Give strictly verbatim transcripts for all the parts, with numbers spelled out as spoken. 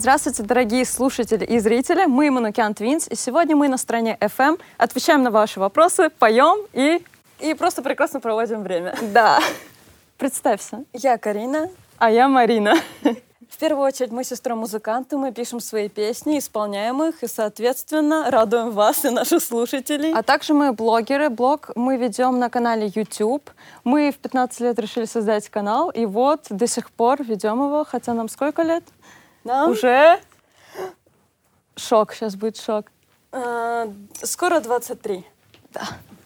Здравствуйте, дорогие слушатели и зрители. Мы Манукян Твинс, и сегодня мы на стороне эф эм отвечаем на ваши вопросы, поем и... И просто прекрасно проводим время. Да. Представься. Я Карина. А я Марина. В первую очередь мы сестры-музыканты, мы пишем свои песни, исполняем их и, соответственно, радуем вас и наших слушателей. А также мы блогеры. Блог мы ведем на канале YouTube. Мы в пятнадцать лет решили создать канал, и вот до сих пор ведем его, хотя нам сколько лет? Нам? Уже? Шок, сейчас будет шок. А, скоро двадцать три. Да.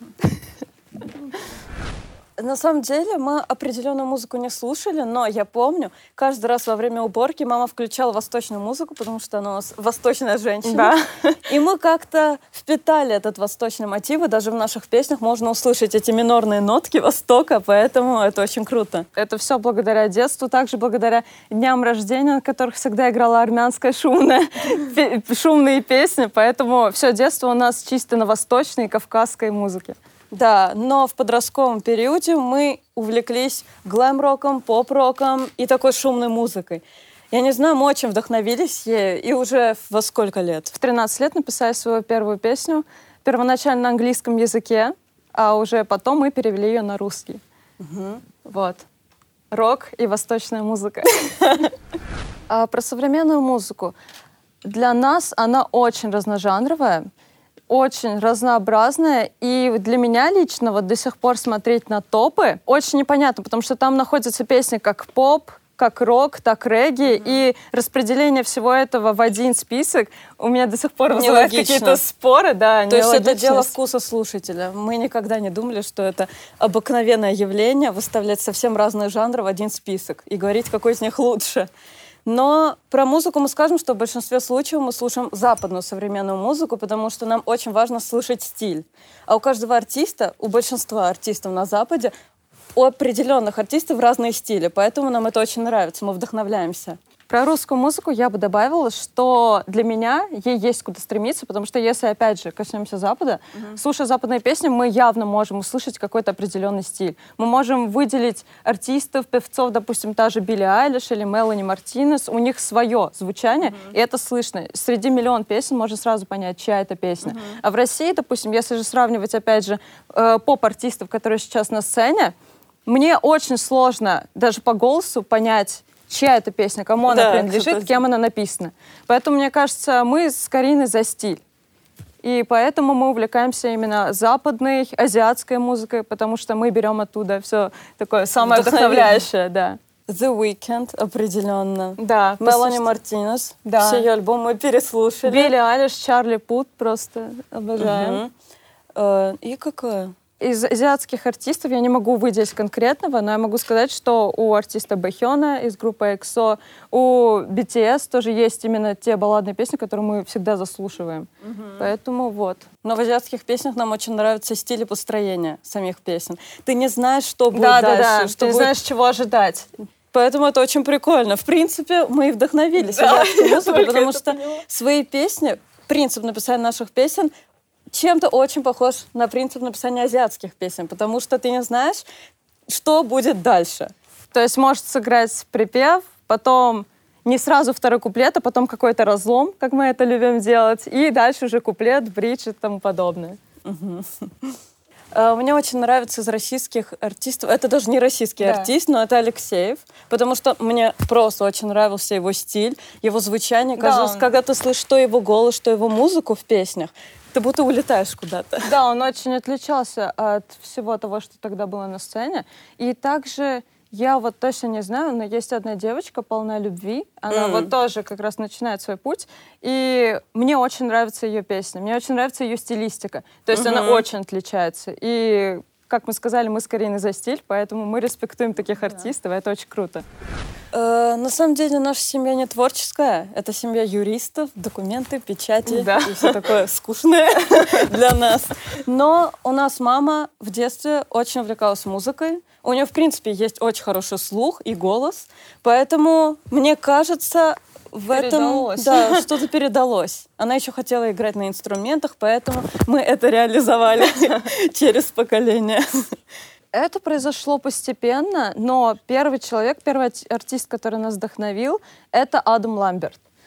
На самом деле мы определенную музыку не слушали, но я помню, каждый раз во время уборки мама включала восточную музыку, потому что она у нас восточная женщина. Да. И мы как-то впитали этот восточный мотив, и даже в наших песнях можно услышать эти минорные нотки Востока, поэтому это очень круто. Это все благодаря детству, также благодаря дням рождения, на которых всегда играла армянская шумная, шумные песни, поэтому все детство у нас чисто на восточной и кавказской музыке. Да, но в подростковом периоде мы увлеклись глэм-роком, поп-роком и такой шумной музыкой. Я не знаю, мы очень вдохновились ею, и уже во сколько лет? В тринадцать лет написали свою первую песню, первоначально на английском языке, а уже потом мы перевели ее на русский. Угу. Вот. Рок и восточная музыка. А про современную музыку. Для нас она очень разножанровая, очень разнообразная, и для меня лично вот до сих пор смотреть на топы очень непонятно, потому что там находятся песни как поп, как рок, так регги, mm-hmm. и распределение всего этого в один список у меня до сих пор вызывает какие-то споры. Да, то есть это дело вкуса слушателя. Мы никогда не думали, что это обыкновенное явление выставлять совсем разные жанры в один список и говорить, какой из них лучше. Но про музыку мы скажем, что в большинстве случаев мы слушаем западную современную музыку, потому что нам очень важно слышать стиль. А у каждого артиста, у большинства артистов на Западе, у определенных артистов разные стили, поэтому нам это очень нравится, мы вдохновляемся. Про русскую музыку я бы добавила, что для меня ей есть куда стремиться, потому что если, опять же, коснемся Запада, mm-hmm. слушая западные песни, мы явно можем услышать какой-то определенный стиль. Мы можем выделить артистов, певцов, допустим, та же Билли Айлиш или Мелани Мартинес, у них свое звучание, mm-hmm. и это слышно. Среди миллион песен можно сразу понять, чья это песня. Mm-hmm. А в России, допустим, если же сравнивать, опять же, э, поп-артистов, которые сейчас на сцене, мне очень сложно даже по голосу понять, чья это песня, кому она да, принадлежит, кем она написана. Поэтому, мне кажется, мы с Кариной за стиль. И поэтому мы увлекаемся именно западной, азиатской музыкой, потому что мы берем оттуда все такое самое вдохновляющее. Да. The Weeknd определенно. Да. Мелани Мартинес. Да. Все ее альбомы мы переслушали. Билли Айлиш, Чарли Пут просто обожаем. Угу. И какое? Из азиатских артистов я не могу выделить конкретного, но я могу сказать, что у артиста Бэхёна из группы иксо, у би ти эс тоже есть именно те балладные песни, которые мы всегда заслушиваем. Угу. Поэтому вот. Но в азиатских песнях нам очень нравится стиль и построение самих песен. Ты не знаешь, что будет да, дальше. Да, да, что ты не будет... знаешь, чего ожидать. Поэтому это очень прикольно. В принципе, мы и вдохновились да, азиатской музыкой, потому что поняла. Свои песни, принцип написания наших песен чем-то очень похож на принцип написания азиатских песен, потому что ты не знаешь, что будет дальше. То есть может сыграть припев, потом не сразу второй куплет, а потом какой-то разлом, как мы это любим делать, и дальше уже куплет, бридж и тому подобное. Угу. Мне очень нравится из российских артистов, это даже не российский да. артист, но это Алексеев, потому что мне просто очень нравился его стиль, его звучание. Да, Кажется, он... когда ты слышишь что его голос, что его музыку в песнях, ты будто улетаешь куда-то. Да, он очень отличался от всего того, что тогда было на сцене. И также, я вот точно не знаю, но есть одна девочка, полная любви. Она mm. вот тоже как раз начинает свой путь. И мне очень нравится ее песня, мне очень нравится ее стилистика. То есть mm-hmm. она очень отличается. И, как мы сказали, мы с Кариной за стиль, поэтому мы респектуем таких yeah. артистов, и это очень круто. Э, на самом деле наша семья не творческая. Это семья юристов, документы, печати да. и все такое скучное для нас. Но у нас мама в детстве очень увлекалась музыкой. У нее, в принципе, есть очень хороший слух и голос. Поэтому, мне кажется, в этом да, что-то передалось. Она еще хотела играть на инструментах, поэтому мы это реализовали через поколение. Это произошло постепенно, но первый человек, первый артист, который нас вдохновил, это Адам Ламберт.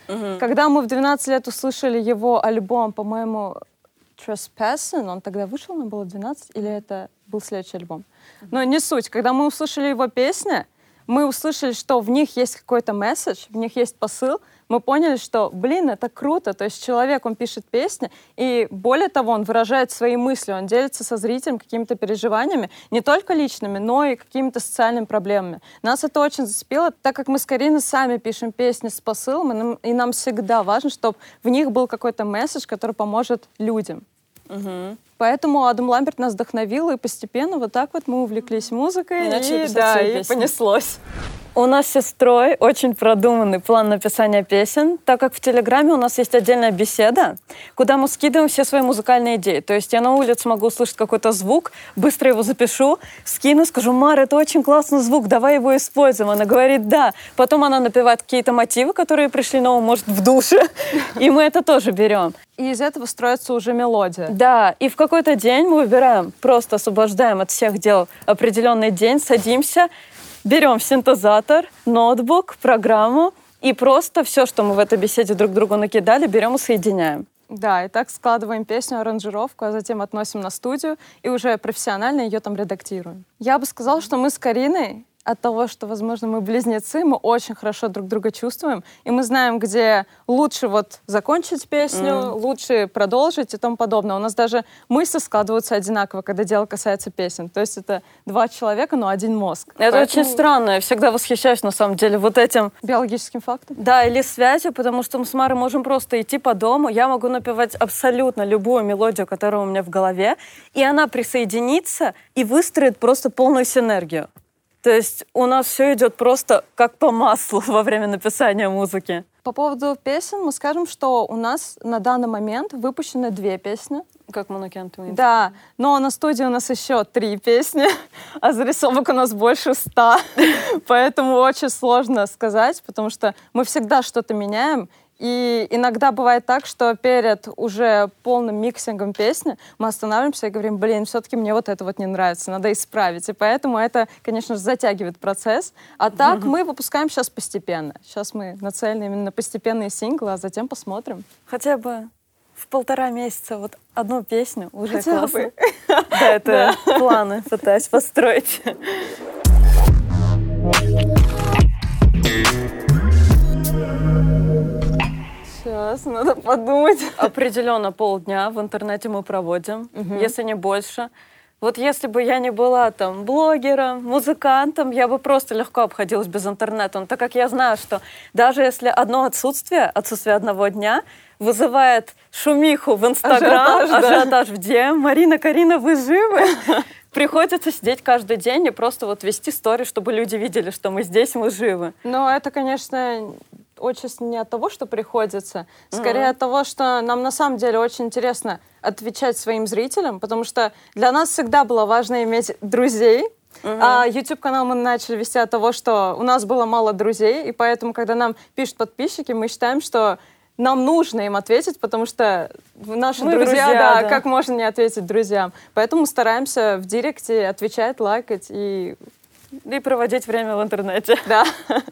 Угу. Когда мы в двенадцать лет услышали его альбом, по-моему, Trespassing, он тогда вышел, нам было двенадцать, или это был следующий альбом? Но не суть. Когда мы услышали его песни, мы услышали, что в них есть какой-то месседж, в них есть посыл, мы поняли, что, блин, это круто. То есть человек, он пишет песни, и более того, он выражает свои мысли, он делится со зрителем какими-то переживаниями, не только личными, но и какими-то социальными проблемами. Нас это очень зацепило, так как мы с Кариной сами пишем песни с посылом, и нам, и нам всегда важно, чтобы в них был какой-то месседж, который поможет людям. Угу. Поэтому Адам Ламберт нас вдохновил, и постепенно вот так вот мы увлеклись музыкой, и, и, да, и понеслось. У нас с сестрой очень продуманный план написания песен, так как в Телеграме у нас есть отдельная беседа, куда мы скидываем все свои музыкальные идеи. То есть я на улице могу услышать какой-то звук, быстро его запишу, скину, скажу: Мара, это очень классный звук, давай его используем. Она говорит: да. Потом она напевает какие-то мотивы, которые пришли, ну, может, в душе, и мы это тоже берем. И из этого строится уже мелодия. Да, и в какой-то день мы выбираем, просто освобождаем от всех дел определенный день, садимся, берем синтезатор, ноутбук, программу, и просто все, что мы в этой беседе друг другу накидали, берем и соединяем. Да, и так складываем песню, аранжировку, а затем относим на студию и уже профессионально ее там редактируем. Я бы сказала, что мы с Кариной от того, что, возможно, мы близнецы, мы очень хорошо друг друга чувствуем, и мы знаем, где лучше вот закончить песню, mm. лучше продолжить и тому подобное. У нас даже мысли складываются одинаково, когда дело касается песен. То есть это два человека, но один мозг. Это Поэтому... очень странно. Я всегда восхищаюсь, на самом деле, вот этим... биологическим фактом? Да, или связью, потому что мы с Марой можем просто идти по дому, я могу напевать абсолютно любую мелодию, которая у меня в голове, и она присоединится и выстроит просто полную синергию. То есть у нас все идет просто как по маслу во время написания музыки. По поводу песен мы скажем, что у нас на данный момент выпущены две песни. Как Mannequin Twins. Да, но на студии у нас еще три песни, а зарисовок у нас больше ста. Поэтому очень сложно сказать, потому что мы всегда что-то меняем. И иногда бывает так, что перед уже полным миксингом песни мы останавливаемся и говорим: блин, все-таки мне вот это вот не нравится, надо исправить. И поэтому это, конечно же, затягивает процесс. А так мы выпускаем сейчас постепенно. Сейчас мы нацелены именно на постепенные синглы, а затем посмотрим. Хотя бы в полтора месяца вот одну песню уже Хотя классно. бы. Да, это планы пытаюсь построить. Сейчас, надо подумать. Определенно полдня в интернете мы проводим, угу. если не больше. Вот если бы я не была там блогером, музыкантом, я бы просто легко обходилась без интернета. Но так как я знаю, что даже если одно отсутствие, отсутствие одного дня вызывает шумиху в Инстаграм, ажиотаж, ажиотаж да. в ди эм, Марина, Карина, вы живы? Приходится сидеть каждый день и просто вот вести стори, чтобы люди видели, что мы здесь, мы живы. Но это, конечно, очень не от того, что приходится, скорее mm-hmm. от того, что нам на самом деле очень интересно отвечать своим зрителям, потому что для нас всегда было важно иметь друзей. Mm-hmm. А YouTube-канал мы начали вести от того, что у нас было мало друзей, и поэтому, когда нам пишут подписчики, мы считаем, что нам нужно им ответить, потому что наши мы друзья, друзья да, да, как можно не ответить друзьям. Поэтому стараемся в директе отвечать, лайкать и... и проводить время в интернете. Да.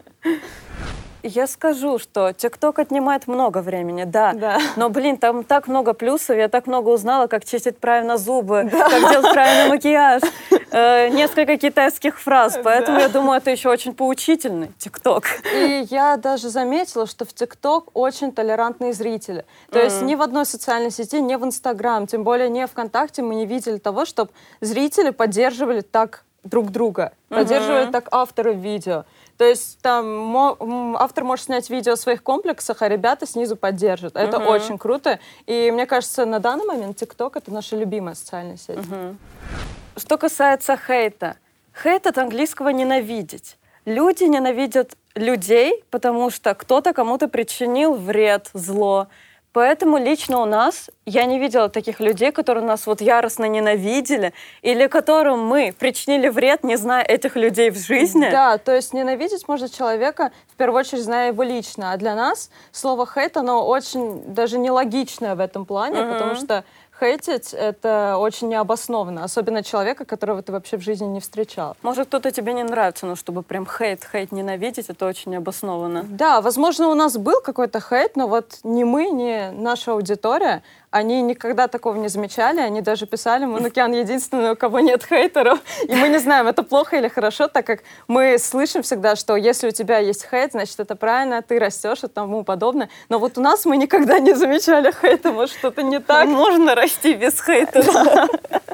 Я скажу, что ТикТок отнимает много времени, да. да. Но, блин, там так много плюсов. Я так много узнала, как чистить правильно зубы, да. как делать правильный макияж, э, несколько китайских фраз. Поэтому, да. я думаю, это еще очень поучительный ТикТок. И я даже заметила, что в ТикТок очень толерантные зрители. То mm-hmm. есть ни в одной социальной сети, ни в Инстаграм, тем более ни ВКонтакте мы не видели того, чтобы зрители поддерживали так друг друга, mm-hmm. поддерживали так авторов видео. То есть там автор может снять видео о своих комплексах, а ребята снизу поддержат. Это uh-huh. очень круто. И мне кажется, на данный момент ТикТок — это наша любимая социальная сеть. Uh-huh. Что касается хейта. Хейт от английского «ненавидеть». Люди ненавидят людей, потому что кто-то кому-то причинил вред, зло. Поэтому лично у нас я не видела таких людей, которые нас вот яростно ненавидели, или которым мы причинили вред, не зная этих людей в жизни. Да, то есть ненавидеть можно человека, в первую очередь, зная его лично. А для нас слово «хейт», оно очень даже нелогичное в этом плане, mm-hmm. потому что хейтить — это очень необоснованно, особенно человека, которого ты вообще в жизни не встречал. Может, кто-то тебе не нравится, но чтобы прям хейт, хейт ненавидеть, это очень необоснованно. Да, возможно, у нас был какой-то хейт, но вот ни мы, ни наша аудитория, они никогда такого не замечали, они даже писали: Манукян единственный, у кого нет хейтеров. И мы не знаем, это плохо или хорошо, так как мы слышим всегда, что если у тебя есть хейт, значит, это правильно, ты растешь и тому подобное. Но вот у нас мы никогда не замечали хейта, может, что-то не так. Можно расти без хейта.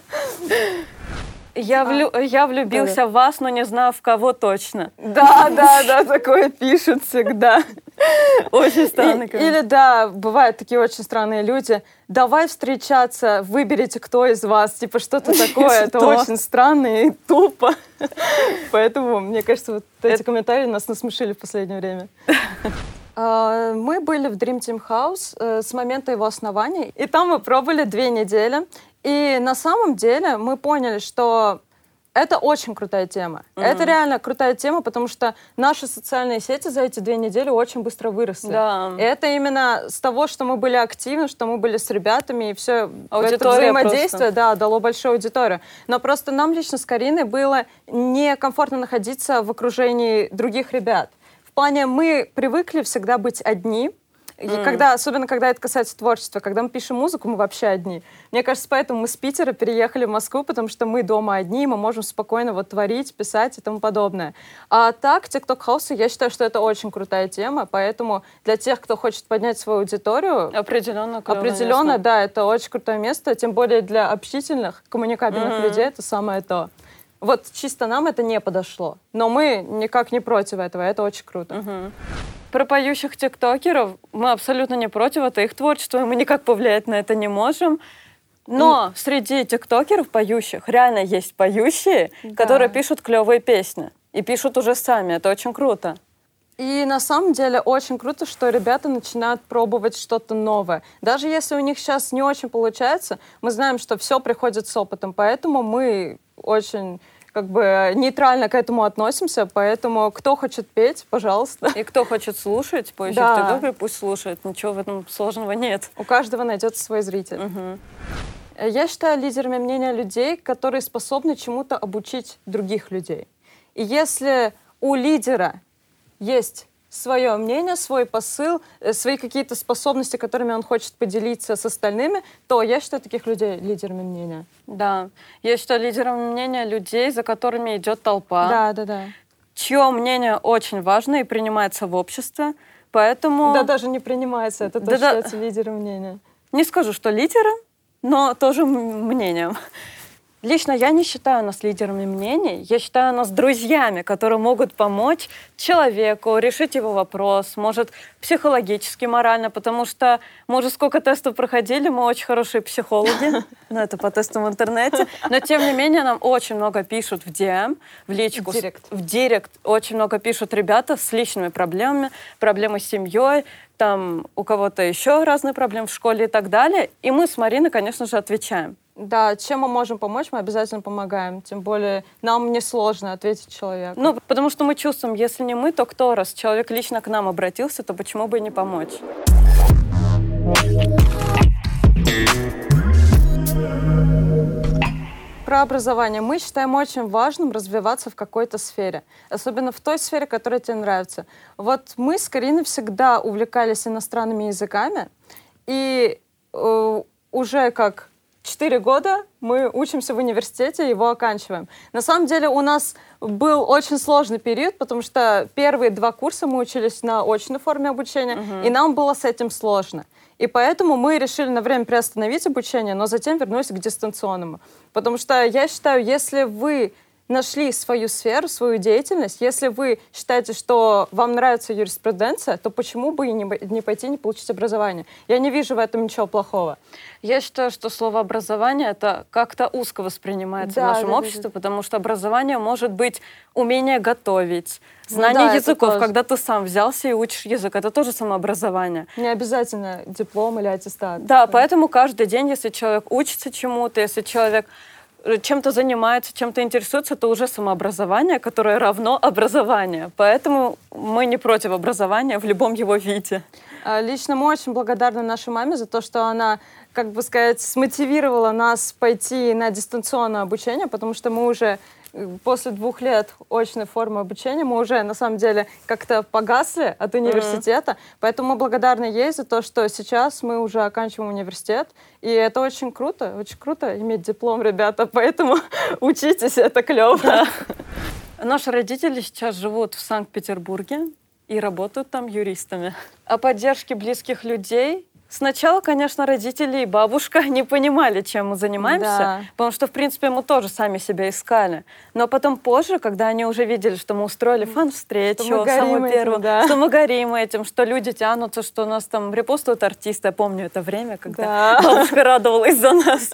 Я, влю... я влюбился да. в вас, но не знаю, в кого точно. Да, да, да, такое пишут всегда. Очень странно. И, или, да, бывают такие очень странные люди. Давай встречаться, выберите, кто из вас. Типа что-то такое. Это очень странно и тупо. Поэтому, мне кажется, вот эти комментарии нас насмешили в последнее время. Мы были в Dream Team House с момента его основания. И там мы пробовали две недели. И на самом деле мы поняли, что это очень крутая тема. Mm-hmm. Это реально крутая тема, потому что наши социальные сети за эти две недели очень быстро выросли. Да. И это именно с того, что мы были активны, что мы были с ребятами, и все это взаимодействие да, дало большую аудиторию. Но просто нам лично с Кариной было некомфортно находиться в окружении других ребят. В плане мы привыкли всегда быть одни. И mm. когда, особенно когда это касается творчества, когда мы пишем музыку, мы вообще одни. Мне кажется, поэтому мы с Питера переехали в Москву, потому что мы дома одни, мы можем спокойно вот творить, писать и тому подобное. А так, TikTok House, я считаю, что это очень крутая тема, поэтому для тех, кто хочет поднять свою аудиторию, определенно, определенно, да, это очень крутое место, тем более для общительных, коммуникабельных mm-hmm. людей это самое то. Вот чисто нам это не подошло, но мы никак не против этого, это очень круто. Mm-hmm. Про поющих тиктокеров мы абсолютно не против, это их творчество, и мы никак повлиять на это не можем. Но mm. среди тиктокеров поющих реально есть поющие, да. которые пишут клевые песни. И пишут уже сами, это очень круто. И на самом деле очень круто, что ребята начинают пробовать что-то новое. Даже если у них сейчас не очень получается, мы знаем, что все приходит с опытом, поэтому мы очень... как бы нейтрально к этому относимся, поэтому кто хочет петь, пожалуйста. И кто хочет слушать, поющих да. тиктокеров, пусть слушает. Ничего в этом сложного нет. У каждого найдется свой зритель. Угу. Я считаю лидерами мнения людей, которые способны чему-то обучить других людей. И если у лидера есть свое мнение, свой посыл, свои какие-то способности, которыми он хочет поделиться с остальными, то я считаю таких людей лидерами мнения. Да. Я считаю лидерами мнения людей, за которыми идет толпа. Да, да, да. Чье мнение очень важно и принимается в обществе, поэтому... Да, даже не принимается, это тоже да, считается да. лидером мнения. Не скажу, что лидером, но тоже мнением. Лично я не считаю нас лидерами мнений, я считаю нас друзьями, которые могут помочь человеку решить его вопрос, может, психологически, морально, потому что мы уже сколько тестов проходили, мы очень хорошие психологи, но это по тестам в интернете, но тем не менее нам очень много пишут в ди эм, в личку, в директ, в директ очень много пишут ребята с личными проблемами, проблемы с семьей, там у кого-то еще разные проблемы в школе и так далее, и мы с Мариной, конечно же, отвечаем. Да, чем мы можем помочь, мы обязательно помогаем. Тем более нам несложно ответить человеку. Ну, потому что мы чувствуем, если не мы, то кто раз человек лично к нам обратился, то почему бы и не помочь? Про образование. Мы считаем очень важным развиваться в какой-то сфере. Особенно в той сфере, которая тебе нравится. Вот мы с Кариной всегда увлекались иностранными языками. И э, уже как... Четыре года мы учимся в университете, его оканчиваем. На самом деле у нас был очень сложный период, потому что первые два курса мы учились на очной форме обучения, uh-huh. и нам было с этим сложно. И поэтому мы решили на время приостановить обучение, но затем вернулись к дистанционному. Потому что я считаю, если вы нашли свою сферу, свою деятельность, если вы считаете, что вам нравится юриспруденция, то почему бы и не, не пойти, не получить образование? Я не вижу в этом ничего плохого. Я считаю, что слово «образование» это как-то узко воспринимается да, в нашем да, обществе, да, да. потому что образование может быть умение готовить, знание ну, да, языков, когда ты сам взялся и учишь язык. Это тоже самообразование. Не обязательно диплом или аттестат. Да, да, поэтому каждый день, если человек учится чему-то, если человек чем-то занимается, чем-то интересуется, это уже самообразование, которое равно образованию. Поэтому мы не против образования в любом его виде. Лично мы очень благодарны нашей маме за то, что она как бы сказать, смотивировало нас пойти на дистанционное обучение, потому что мы уже после двух лет очной формы обучения мы уже, на самом деле, как-то погасли от университета, mm-hmm. поэтому мы благодарны ей за то, что сейчас мы уже оканчиваем университет, и это очень круто, очень круто иметь диплом, ребята, поэтому учитесь, это клево. Да. Наши родители сейчас живут в Санкт-Петербурге и работают там юристами. О поддержке близких людей сначала, конечно, родители и бабушка не понимали, чем мы занимаемся, да. потому что, в принципе, мы тоже сами себя искали. Но потом позже, когда они уже видели, что мы устроили фан-встречу, что мы горим первую, этим, да. что мы горим этим, что люди тянутся, что нас там репостуют артисты. Я помню это время, когда да. бабушка радовалась за нас.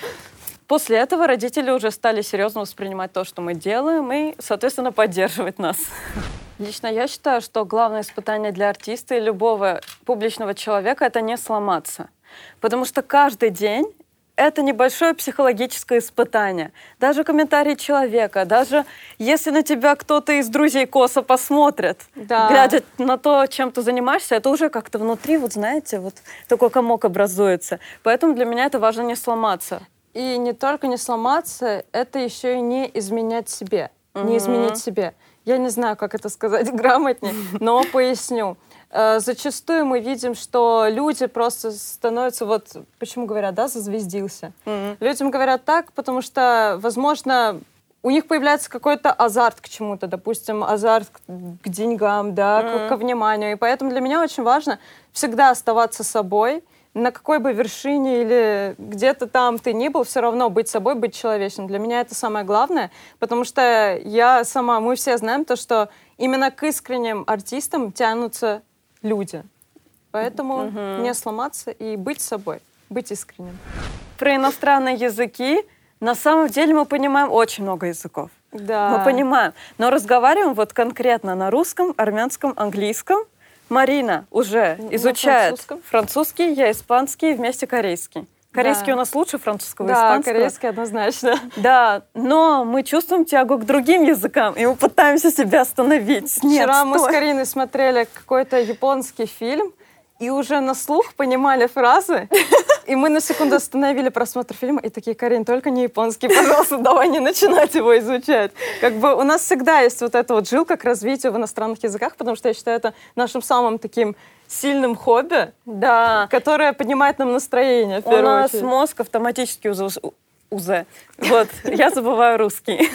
После этого родители уже стали серьезно воспринимать то, что мы делаем, и, соответственно, поддерживать нас. Лично я считаю, что главное испытание для артиста и любого публичного человека — это не сломаться. Потому что каждый день это небольшое психологическое испытание. Даже комментарии человека, даже если на тебя кто-то из друзей косо посмотрит, да. глядя на то, чем ты занимаешься, это уже как-то внутри, вот знаете, вот такой комок образуется. Поэтому для меня это важно не сломаться. И не только не сломаться, это еще и не изменять себе, mm-hmm. не изменить себе. Я не знаю, как это сказать грамотнее, но поясню. Зачастую мы видим, что люди просто становятся, вот почему говорят, да, зазвездился. Mm-hmm. Людям говорят так, потому что, возможно, у них появляется какой-то азарт к чему-то, допустим, азарт к деньгам, да, mm-hmm. к, ко вниманию. И поэтому для меня очень важно всегда оставаться собой, на какой бы вершине или где-то там ты ни был, все равно быть собой, быть человечным. Для меня это самое главное, потому что я сама, мы все знаем то, что именно к искренним артистам тянутся люди. Поэтому угу. не сломаться и быть собой, быть искренним. Про иностранные языки на самом деле мы понимаем очень много языков. Да. Мы понимаем, но разговариваем вот конкретно на русском, армянском, английском. Марина уже изучает французский, я испанский, вместе корейский. Корейский да. у нас лучше французского и да, испанского. Да, корейский однозначно. Да, но мы чувствуем тягу к другим языкам, и мы пытаемся себя остановить. Нет, Вчера стой. мы с Кариной смотрели какой-то японский фильм, и уже на слух понимали фразы, и мы на секунду остановили просмотр фильма, и такие: Карин, только не японский, пожалуйста, давай не начинать его изучать. Как бы у нас всегда есть вот эта вот жилка к развитию в иностранных языках, потому что я считаю это нашим самым таким сильным хобби, да. которое поднимает нам настроение, в первую У нас очередь. мозг автоматически уз... уз. Вот, я забываю русский.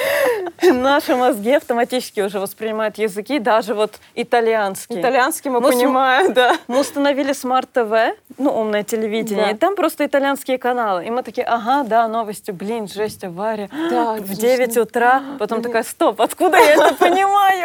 Наши мозги автоматически уже воспринимают языки, даже вот итальянский. Итальянский мы, мы понимаем, с... да. Мы установили смарт-ТВ, ну, умное телевидение, да. и там просто итальянские каналы. И мы такие: ага, да, новости, блин, жесть, авария. Да, в девять утра. Потом такая: стоп, откуда я это понимаю?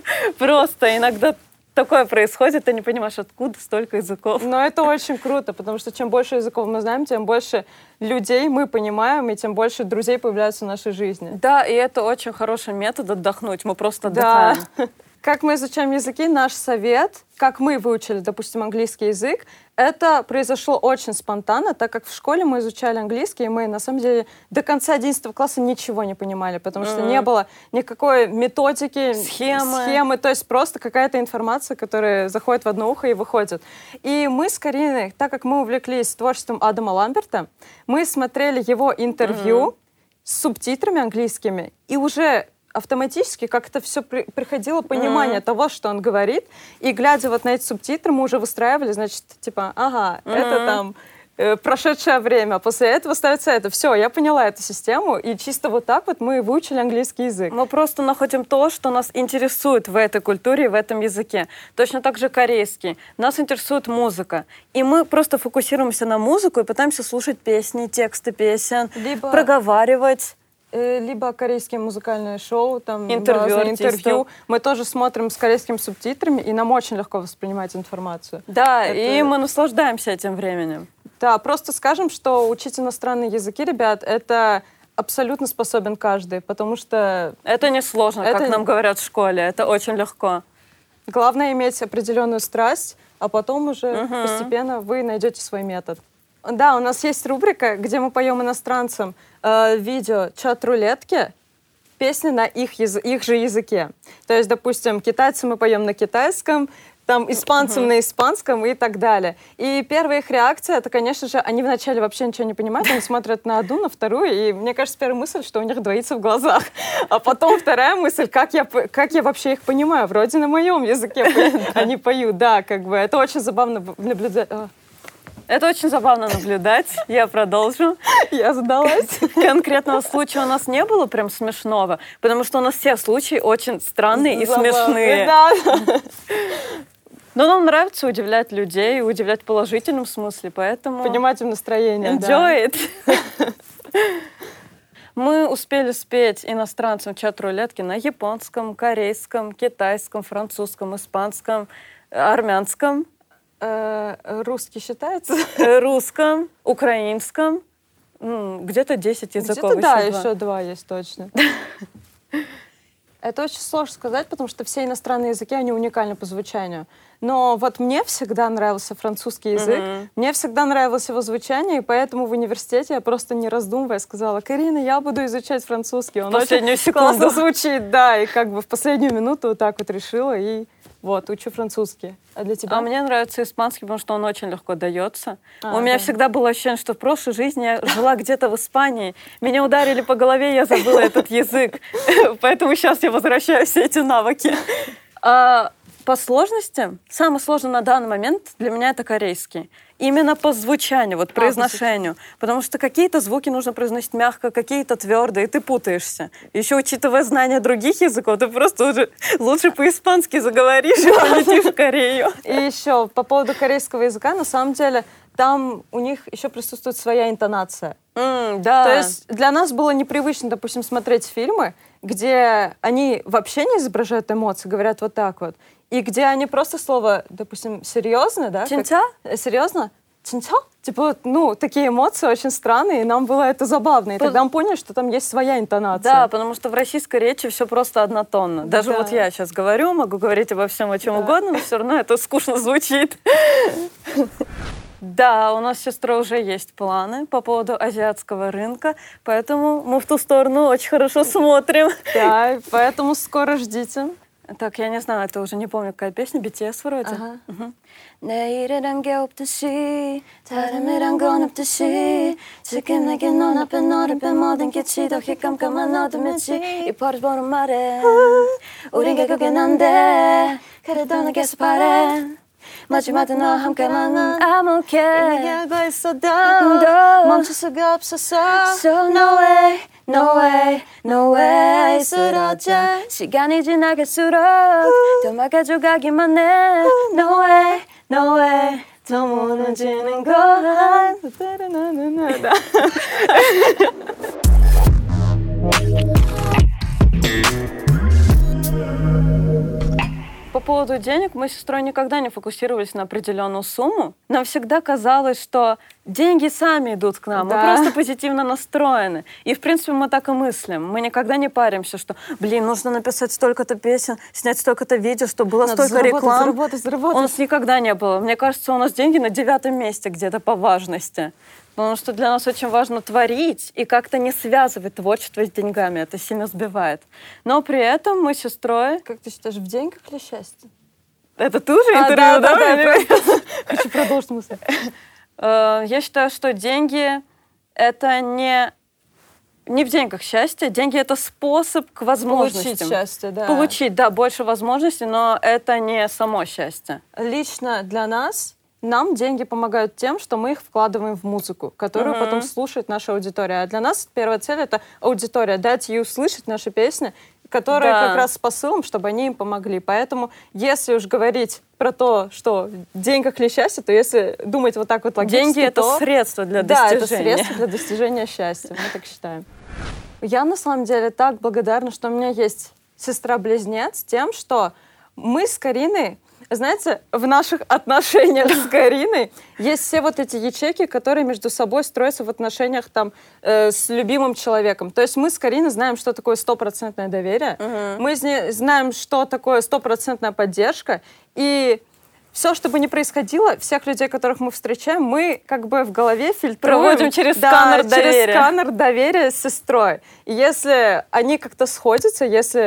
Просто иногда такое происходит, ты не понимаешь, откуда столько языков. Но это очень круто, потому что чем больше языков мы знаем, тем больше людей мы понимаем, и тем больше друзей появляется в нашей жизни. Да, и это очень хороший метод отдохнуть. Мы просто отдыхаем. Да. Как мы изучаем языки, наш совет, как мы выучили, допустим, английский язык, это произошло очень спонтанно, так как в школе мы изучали английский, и мы, на самом деле, до конца одиннадцатого класса ничего не понимали, потому что mm-hmm. не было никакой методики, схемы. схемы, то есть просто какая-то информация, которая заходит в одно ухо и выходит. И мы с Кариной, так как мы увлеклись творчеством Адама Ламберта, мы смотрели его интервью mm-hmm. с субтитрами английскими, и уже автоматически как-то все при, приходило понимание mm-hmm. того, что он говорит, и глядя вот на эти субтитры, мы уже выстраивали, значит, типа, ага, mm-hmm. это там э, прошедшее время, после этого ставится это. Все, я поняла эту систему, и чисто вот так вот мы выучили английский язык. Мы просто находим то, что нас интересует в этой культуре и в этом языке. Точно так же корейский. Нас интересует музыка. И мы просто фокусируемся на музыку и пытаемся слушать песни, тексты песен, Либо... проговаривать. Либо корейские музыкальные шоу, там интервью, интервью. Мы тоже смотрим с корейскими субтитрами, и нам очень легко воспринимать информацию. Да, это... и мы наслаждаемся этим временем. Да, просто скажем, что учить иностранные языки, ребят, это абсолютно способен каждый, потому что... Это не сложно, это... как нам говорят в школе, это очень легко. Главное иметь определенную страсть, а потом уже угу. постепенно вы найдете свой метод. Да, у нас есть рубрика, где мы поем иностранцам э, видео чат-рулетки, песни на их, яз... их же языке. То есть, допустим, китайцы мы поем на китайском, там испанцам uh-huh. на испанском и так далее. И первая их реакция, это, конечно же, они вначале вообще ничего не понимают, они смотрят на одну, на вторую, и мне кажется, первая мысль, что у них двоится в глазах. А потом вторая мысль, как я, как я вообще их понимаю, вроде на моем языке они поют, да, как бы, это очень забавно наблюдать. Это очень забавно наблюдать. Я продолжу. Я задалась. Конкретного случая у нас не было прям смешного, потому что у нас все случаи очень странные и Забавно, смешные. Да. Но нам нравится удивлять людей, удивлять в положительном смысле, поэтому... Поднимать им настроение, Enjoy да. it. Мы успели спеть иностранцам чат-рулетки на японском, корейском, китайском, французском, испанском, армянском. Русский считается? Русском, украинском. Где-то десять языков. Где-то, да, еще два есть точно. Это очень сложно сказать, потому что все иностранные языки, они уникальны по звучанию. Но вот мне всегда нравился французский язык, uh-huh. мне всегда нравилось его звучание, и поэтому в университете я просто не раздумывая сказала: Карина, я буду изучать французский. Он очень секунду. классно звучит, да, и как бы в последнюю минуту вот так вот решила, и вот, учу французский. А для тебя? А мне нравится испанский, потому что он очень легко дается. А, У меня да. всегда было ощущение, что в прошлой жизни я жила где-то в Испании. Меня ударили по голове, я забыла этот язык. Поэтому сейчас я возвращаю все эти навыки. А по сложности, самое сложное на данный момент для меня это корейский. Именно по звучанию, вот произношению. А, потому что какие-то звуки нужно произносить мягко, какие-то твердые, и ты путаешься. Еще учитывая знания других языков, ты просто уже лучше по-испански заговоришь и полетишь в Корею. И еще по поводу корейского языка, на самом деле, там у них еще присутствует своя интонация. Mm, да. То есть для нас было непривычно, допустим, смотреть фильмы, где они вообще не изображают эмоции, говорят вот так вот, и где они просто слово, допустим, серьезно, да? Чинча? Как, серьезно? Чинча? Типа, ну, такие эмоции очень странные, и нам было это забавно. И Под... тогда мы поняли, что там есть своя интонация. Да, потому что в российской речи все просто однотонно. Даже да. вот я сейчас говорю, могу говорить обо всем, о чем да. угодно, но все равно это скучно звучит. Да, у нас с сестрой уже есть планы по поводу азиатского рынка, поэтому мы в ту сторону очень хорошо смотрим. Да, поэтому скоро ждите. Так, я не знаю, это уже не помню, какая песня, би ти эс вроде. Ага. Угу. 내일이란 게 없듯이 다름이란 건 없듯이 지금 내게 눈앞에 너를 뺀 모든 게 지독히 깜깜한 어둠이지 이 버릇버릇 말해 우린 결국엔 안 돼 그래도 난 계속 바래 마지막도 너와 함께만은 I'm okay 이미 알고 있어도 멈출 수가 없었어 So no way, no way, no way 쓰러져 시간이 지나갈수록 더 막아줘가기만 해 No way, no way 더 무너지는 걸 По поводу денег мы с сестрой никогда не фокусировались на определенную сумму. Нам всегда казалось, что деньги сами идут к нам, да. мы просто позитивно настроены. И, в принципе, мы так и мыслим. Мы никогда не паримся, что, блин, нужно написать столько-то песен, снять столько-то видео, чтобы было Надо столько реклам. Заработать, заработать. У нас никогда не было. Мне кажется, у нас деньги на девятом месте где-то по важности. Потому что для нас очень важно творить и как-то не связывать творчество с деньгами. Это сильно сбивает. Но при этом мы с сестрой... Как ты считаешь, в деньгах или счастье? Это ты уже интервью, а, да? Да, да, да, да. Хочу продолжить мысль. Я считаю, что деньги — это не... Не в деньгах счастье. Деньги — это способ к возможностям. Получить счастье, да. Получить, да, больше возможностей, но это не само счастье. Лично для нас... Нам деньги помогают тем, что мы их вкладываем в музыку, которую uh-huh. потом слушает наша аудитория. А для нас первая цель — это аудитория, дать ей услышать наши песни, которые да. как раз с посылом, чтобы они им помогли. Поэтому, если уж говорить про то, что в деньгах ли счастье, то если думать вот так вот логически, деньги — это то... средство для да, достижения. Да, это средство для достижения счастья, мы так считаем. Я на самом деле так благодарна, что у меня есть сестра-близнец, тем, что мы с Кариной, знаете, в наших отношениях с Кариной есть все вот эти ячейки, которые между собой строятся в отношениях там, э, с любимым человеком. То есть мы с Кариной знаем, что такое стопроцентное доверие, uh-huh. мы знаем, что такое стопроцентная поддержка, и все, что бы ни происходило, всех людей, которых мы встречаем, мы как бы в голове фильтруем. Проводим через да, сканер доверия. через сканер доверия с сестрой. И если они как-то сходятся, если...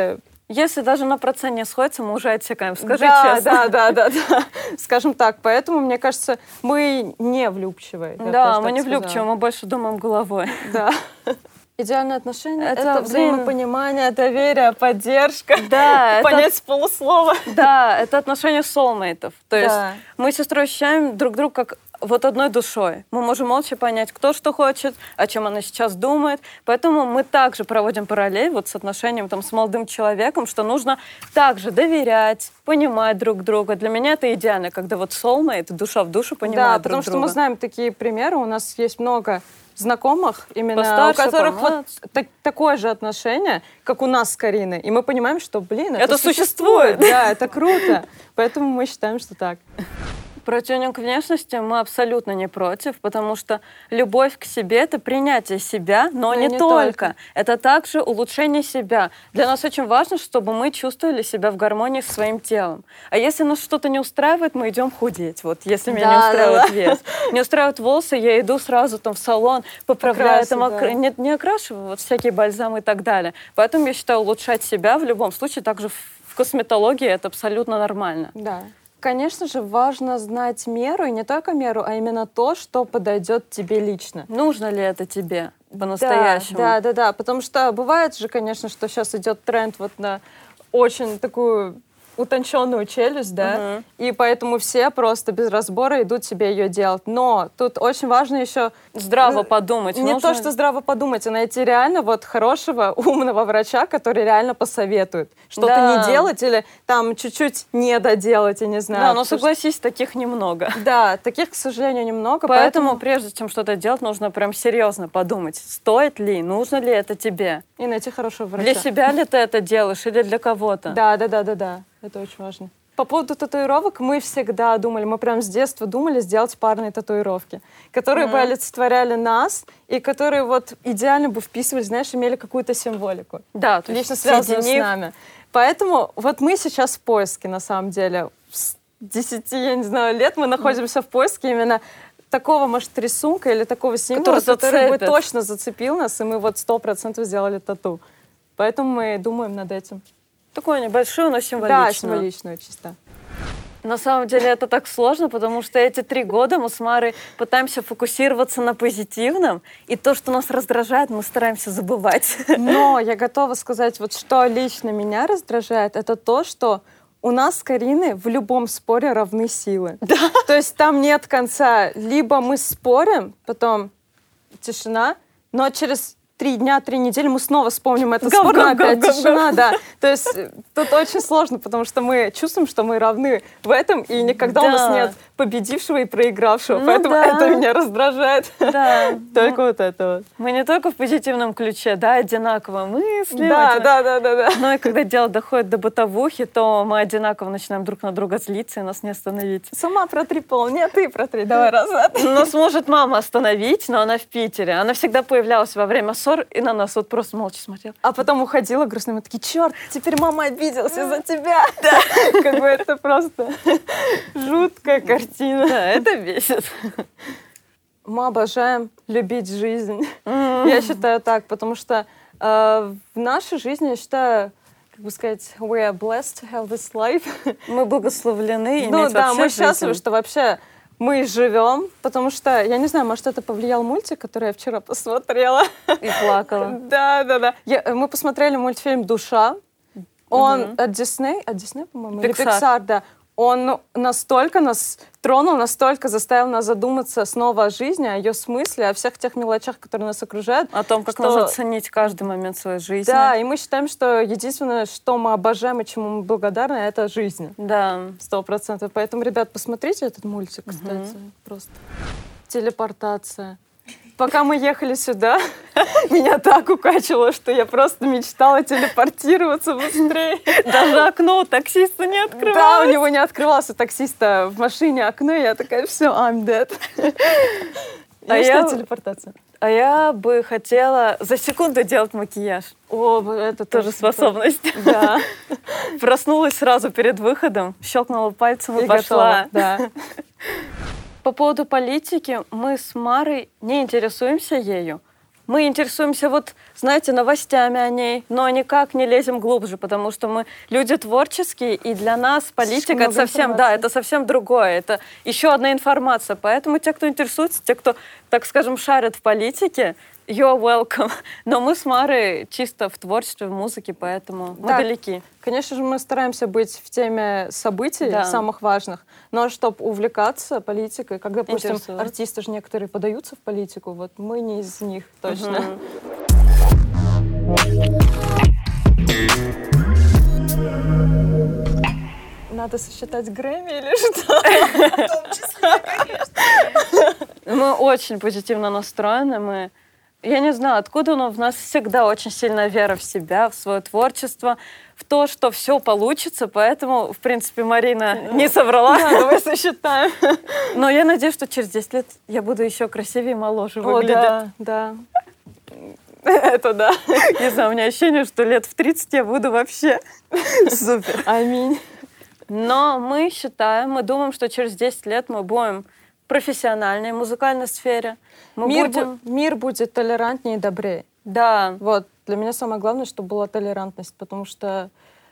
Если даже на процент не сходится, мы уже отсекаем. Скажи да, честно. Да, да, да, да. Скажем так. Поэтому, мне кажется, мы не влюбчивые. Да, мы не влюбчивые, мы больше думаем головой. Да. Идеальные отношения — это, это взаимопонимание, блин... доверие, поддержка. Да, понять это... с полуслова. Да, это отношения соулмейтов. То есть да. мы с сестрой ощущаем друг друга как вот одной душой. Мы можем молча понять, кто что хочет, о чем она сейчас думает. Поэтому мы также проводим параллель вот с отношением там, с молодым человеком, что нужно также доверять, понимать друг друга. Для меня это идеально, когда вот soulmate, душа в душу понимают да, друг друга. Да, потому что мы знаем такие примеры. У нас есть много знакомых, именно постарше, у которых помладше. вот так, такое же отношение, как у нас с Кариной. И мы понимаем, что, блин, это, это существует. существует. Да, это круто. Поэтому мы считаем, что так. Про тюнинг внешности мы абсолютно не против, потому что любовь к себе — это принятие себя, но, но не, не только. только. Это также улучшение себя. Для нас очень важно, чтобы мы чувствовали себя в гармонии со своим телом. А если нас что-то не устраивает, мы идем худеть. Вот если меня да, не устраивает да, вес. Да. Не устраивают волосы, я иду сразу там в салон, поправляю, там, да. окра... не, не окрашиваю, вот всякие бальзамы и так далее. Поэтому я считаю, улучшать себя в любом случае, также в косметологии, это абсолютно нормально. Да. Конечно же, важно знать меру, и не только меру, а именно то, что подойдет тебе лично. Нужно ли это тебе по-настоящему? Да, да, да, да, потому что бывает же, конечно, что сейчас идет тренд вот на очень такую утонченную челюсть, да, угу. и поэтому все просто без разбора идут себе ее делать. Но тут очень важно еще здраво подумать. Не нужно... то, что здраво подумать, а найти реально вот хорошего, умного врача, который реально посоветует что-то да. не делать или там чуть-чуть не доделать, я не знаю. Да, но согласись, что... таких немного. Да, таких, к сожалению, немного. Поэтому, поэтому прежде чем что-то делать, нужно прям серьезно подумать, стоит ли, нужно ли это тебе. И найти хорошего врача. Для себя ли ты это делаешь или для кого-то? Да, да, да, да, да. Это очень важно. По поводу татуировок мы всегда думали, мы прям с детства думали сделать парные татуировки, которые mm-hmm. бы олицетворяли нас и которые вот идеально бы вписывались, знаешь, имели какую-то символику. Да, то лично связанную с нами. Поэтому вот мы сейчас в поиске, на самом деле. С десяти, я не знаю, лет мы находимся mm-hmm. в поиске именно такого, может, рисунка или такого символа, который, который бы точно зацепил нас, и мы вот сто процентов сделали тату. Поэтому мы думаем над этим. Такую небольшую, но символичную. Да, символичную, чисто. На самом деле это так сложно, потому что эти три года мы с Марой пытаемся фокусироваться на позитивном, и то, что нас раздражает, мы стараемся забывать. Но я готова сказать, вот что лично меня раздражает, это то, что у нас с Кариной в любом споре равны силы. Да. То есть там нет конца. Либо мы спорим, потом тишина, но через три дня, три недели мы снова вспомним этот спор, но опять тишина, да. То есть тут очень сложно, потому что мы чувствуем, что мы равны в этом, и никогда да. у нас нет победившего и проигравшего. Ну, поэтому да. это меня раздражает. Да. Только мы, вот это вот. Мы не только в позитивном ключе, да, одинаково мыслим. Да, да, да, да, да. Но и когда дело доходит до бытовухи, то мы одинаково начинаем друг на друга злиться, и нас не остановить. Сама протри пол, нет, ты протри, давай разок. Нас может мама остановить, но она в Питере. Она всегда появлялась во время ссор и на нас вот просто молча смотрела. А потом уходила грустно, мы такие, черт, теперь мама обиделась из-за тебя. Да. Как бы это просто жуткая картина. Да, это бесит. Мы обожаем любить жизнь. Mm-hmm. Я считаю так, потому что э, в нашей жизни, я считаю, как бы сказать, we are blessed to have this life. Мы благословлены иметь ну, вообще да, мы жизнь. счастливы, что вообще мы живем, потому что, я не знаю, может, это повлиял мультик, который я вчера посмотрела. И плакала. Да, да, да. Я, мы посмотрели мультфильм «Душа». Он mm-hmm. от Disney, от Disney, по-моему, или Pixar, да. Он ну, настолько нас тронул, настолько заставил нас задуматься снова о жизни, о ее смысле, о всех тех мелочах, которые нас окружают. О том, как что... нужно ценить каждый момент своей жизни. Да, и мы считаем, что единственное, что мы обожаем и чему мы благодарны, это жизнь. Да. Сто процентов. Поэтому, ребят, посмотрите этот мультик, кстати. Угу. Просто телепортация. Пока мы ехали сюда, меня так укачивало, что я просто мечтала телепортироваться быстрее. Даже окно у таксиста не открывалось. Да, у него не открывался таксиста в машине окно, и я такая, все, I'm dead. А я телепортация. А я бы хотела за секунду делать макияж. О, это тоже способность. Да. Проснулась сразу перед выходом, щелкнула пальцем и, и пошла. Да. По поводу политики, мы с Марой не интересуемся ею. Мы интересуемся, вот, знаете, новостями о ней, но никак не лезем глубже, потому что мы люди творческие, и для нас политика это совсем, да, это совсем другое, это еще одна информация. Поэтому те, кто интересуется, те, кто, так скажем, шарят в политике, you're welcome. Но мы с Марой чисто в творчестве, в музыке, поэтому мы да, далеки. Конечно же, мы стараемся быть в теме событий, да, самых важных, но чтобы увлекаться политикой, как, допустим, артисты же некоторые подаются в политику, вот мы не из них точно. Угу. Надо сосчитать Грэмми или что? В том числе, конечно. Мы очень позитивно настроены, мы... Я не знаю, откуда, но в нас всегда очень сильная вера в себя, в свое творчество, в то, что все получится, поэтому, в принципе, Марина не соврала. Да, давай сосчитаем. Но я надеюсь, что через десять лет я буду еще красивее и моложе выглядеть. О, да, да. Это да. Не знаю, у меня ощущение, что лет в тридцать я буду вообще супер. Аминь. Но мы считаем, мы думаем, что через десять лет мы будем профессиональной, музыкальной сфере. Мы мир, будем... бу- мир будет толерантнее и добрее. Да. Вот. Для меня самое главное, чтобы была толерантность, потому что,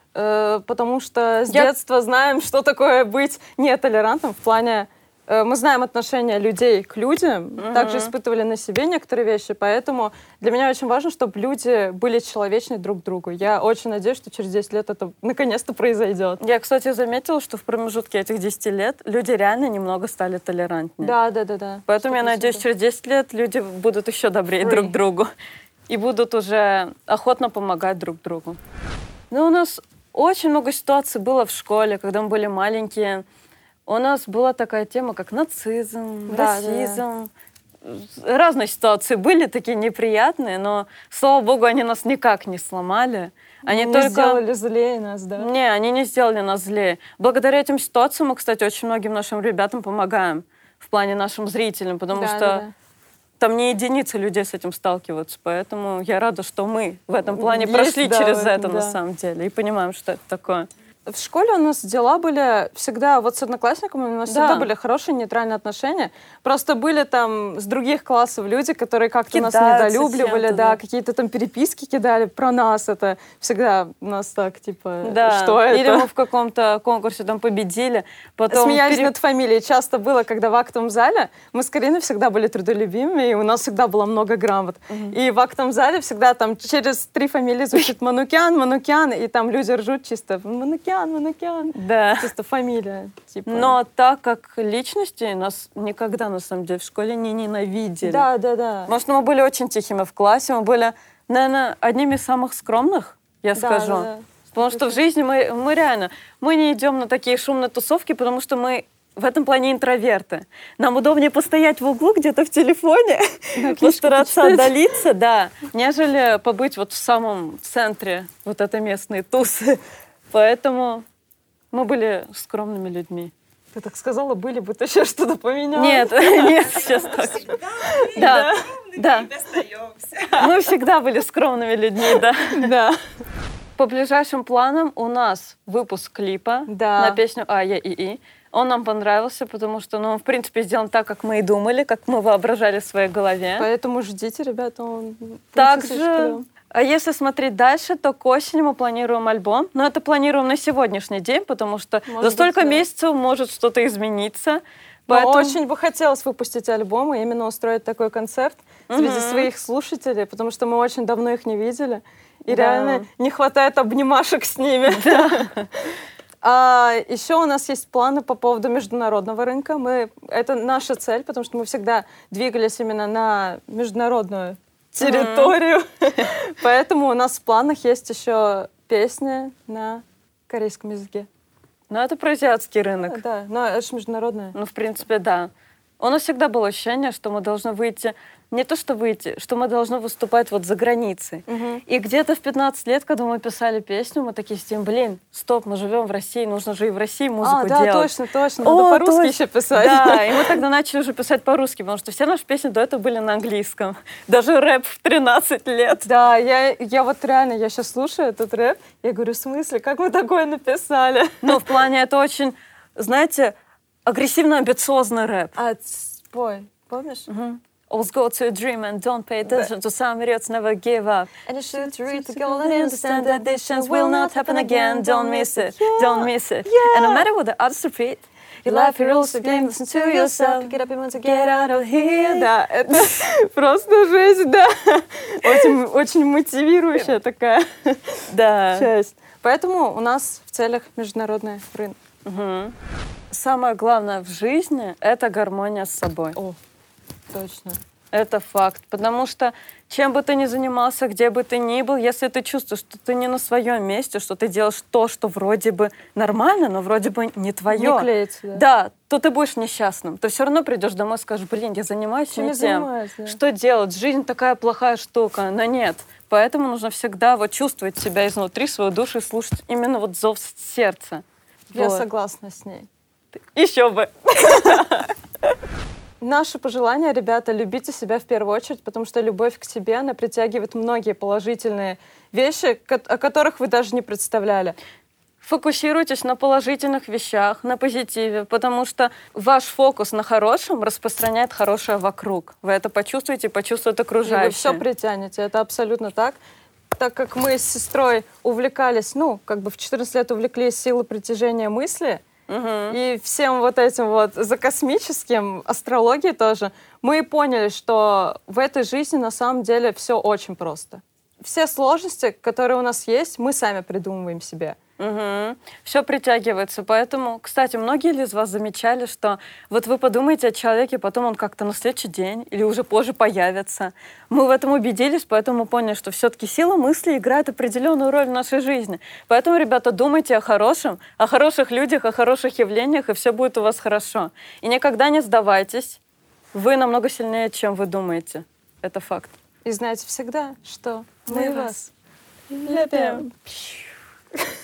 э, потому что с Я... детства знаем, что такое быть нетолерантным в плане... Э, мы знаем отношения людей к людям, Угу. также испытывали на себе некоторые вещи, поэтому для меня очень важно, чтобы люди были человечны друг к другу. Я очень надеюсь, что через десять лет это наконец-то произойдет. Я, кстати, заметила, что в промежутке этих десяти лет люди реально немного стали толерантнее. Да, да, да, да. Поэтому я надеюсь, через десять лет люди будут еще добрее Ой. друг к другу и будут уже охотно помогать друг другу. Ну, у нас очень много ситуаций было в школе, когда мы были маленькие. У нас была такая тема, как нацизм, да, расизм. Да, да. Разные ситуации были, такие неприятные, но, слава богу, они нас никак не сломали. Они не только... сделали злее нас, да? Не, они не сделали нас злее. Благодаря этим ситуациям мы, кстати, очень многим нашим ребятам помогаем в плане нашим зрителям, потому да, что да, да. там не единицы людей с этим сталкиваются. Поэтому я рада, что мы в этом плане Есть, прошли да, через этом, это да. на самом деле и понимаем, что это такое. В школе у нас дела были всегда, вот с одноклассниками у нас да. всегда были хорошие нейтральные отношения. Просто были там с других классов люди, которые как-то нас недолюбливали, да, да, какие-то там переписки кидали про нас. Это всегда у нас так, типа, да. что это? Или мы в каком-то конкурсе там победили. Потом смеялись пере... над фамилией. Часто было, когда в актовом зале мы с Кариной всегда были трудолюбимыми, и у нас всегда было много грамот. Угу. И в актовом зале всегда там через три фамилии звучит Манукян, Манукян, и там люди ржут чисто Манукян. Манукян. Да. Чисто фамилия. Типа. Но так как личности нас никогда, на самом деле, в школе не ненавидели. Да, да, да. Потому что мы были очень тихими в классе, мы были, наверное, одними из самых скромных, я да, скажу. Да, да. Потому что в жизни мы, мы реально, мы не идем на такие шумные тусовки, потому что мы в этом плане интроверты. Нам удобнее постоять в углу где-то в телефоне, да, постараться отдалиться, да, нежели побыть вот в самом центре вот этой местной тусы. Поэтому мы были скромными людьми. Ты так сказала, были бы, ты сейчас что-то поменяла? Нет, нет, сейчас так. Да, да. Мы всегда были скромными людьми, да. Да. По ближайшим планам у нас выпуск клипа да. на песню «А, я, и, и». Он нам понравился, потому что, ну, в принципе, сделан так, как мы и думали, как мы воображали в своей голове. Поэтому ждите, ребята, он... Также... А если смотреть дальше, то к осени мы планируем альбом. Но это планируем на сегодняшний день, потому что может за столько быть, месяцев может что-то измениться. Поэтому... очень бы хотелось выпустить альбом и именно устроить такой концерт среди mm-hmm. своих слушателей, потому что мы очень давно их не видели. И да. реально не хватает обнимашек с ними. Да. А еще у нас есть планы по поводу международного рынка. Мы... Это наша цель, потому что мы всегда двигались именно на международную территорию. Mm-hmm. Поэтому у нас в планах есть еще песни на корейском языке. Ну, это про азиатский рынок. Да, но это же международное. Ну, в принципе, да. У нас всегда было ощущение, что мы должны выйти, не то что выйти, что мы должны выступать вот за границей. Угу. И где-то в пятнадцать лет, когда мы писали песню, мы такие сидим, блин, стоп, мы живем в России, нужно же и в России музыку а, да, делать. А, точно, точно, надо О, по-русски точно. еще писать. Да, и мы тогда начали уже писать по-русски, потому что все наши песни до этого были на английском. Даже рэп в тринадцать лет. Да, я, я вот реально, я сейчас слушаю этот рэп, я говорю, в смысле, как мы такое написали? Ну, в плане это очень, знаете, агрессивно-амбициозный рэп. А, спой, помнишь? Угу. Always go to a dream and don't pay attention to some idiots, never give up. And you should read the goal and understand that these things will not happen again. Don't miss it, don't miss it. And no matter what the others repeat, your life, your rules, the game, listen to yourself. Pick it up, you want to get out of here. Да, это просто жесть, да. Очень, очень мотивирующая такая Да. часть. Поэтому у нас в целях международный рынок. Угу. Самое главное в жизни — это гармония с собой. О, точно. Это факт. Потому что чем бы ты ни занимался, где бы ты ни был, если ты чувствуешь, что ты не на своем месте, что ты делаешь то, что вроде бы нормально, но вроде бы не твое, Не клеится, да. да, то ты будешь несчастным. Ты все равно придешь домой и скажешь: блин, я занимаюсь Чем не я тем. занимаюсь, да. Что делать? Жизнь такая плохая штука. Но нет. Поэтому нужно всегда вот чувствовать себя изнутри, свою душу, и слушать именно вот зов сердца. Я Вот. согласна с ней. Еще бы. Наше пожелание, ребята, любите себя в первую очередь, потому что любовь к себе, она притягивает многие положительные вещи, ко- о которых вы даже не представляли. Фокусируйтесь на положительных вещах, на позитиве, потому что ваш фокус на хорошем распространяет хорошее вокруг. Вы это почувствуете, почувствуют И вы окружающие. все притянете, это абсолютно так. Так как мы с сестрой увлекались, ну, как бы в четырнадцать лет увлеклись силой притяжения мысли, Мгм. и всем вот этим вот закосмическим, астрологией тоже, мы поняли, что в этой жизни на самом деле все очень просто. Все сложности, которые у нас есть, мы сами придумываем себе. Все притягивается. Поэтому, кстати, многие ли из вас замечали, что вот вы подумаете о человеке, потом он как-то на следующий день или уже позже появится. Мы в этом убедились, поэтому поняли, что все-таки сила мысли играет определенную роль в нашей жизни. Поэтому, ребята, думайте о хорошем, о хороших людях, о хороших явлениях, и все будет у вас хорошо. И никогда не сдавайтесь. Вы намного сильнее, чем вы думаете. Это факт. И знаете всегда, что Мы мы вас вас любим.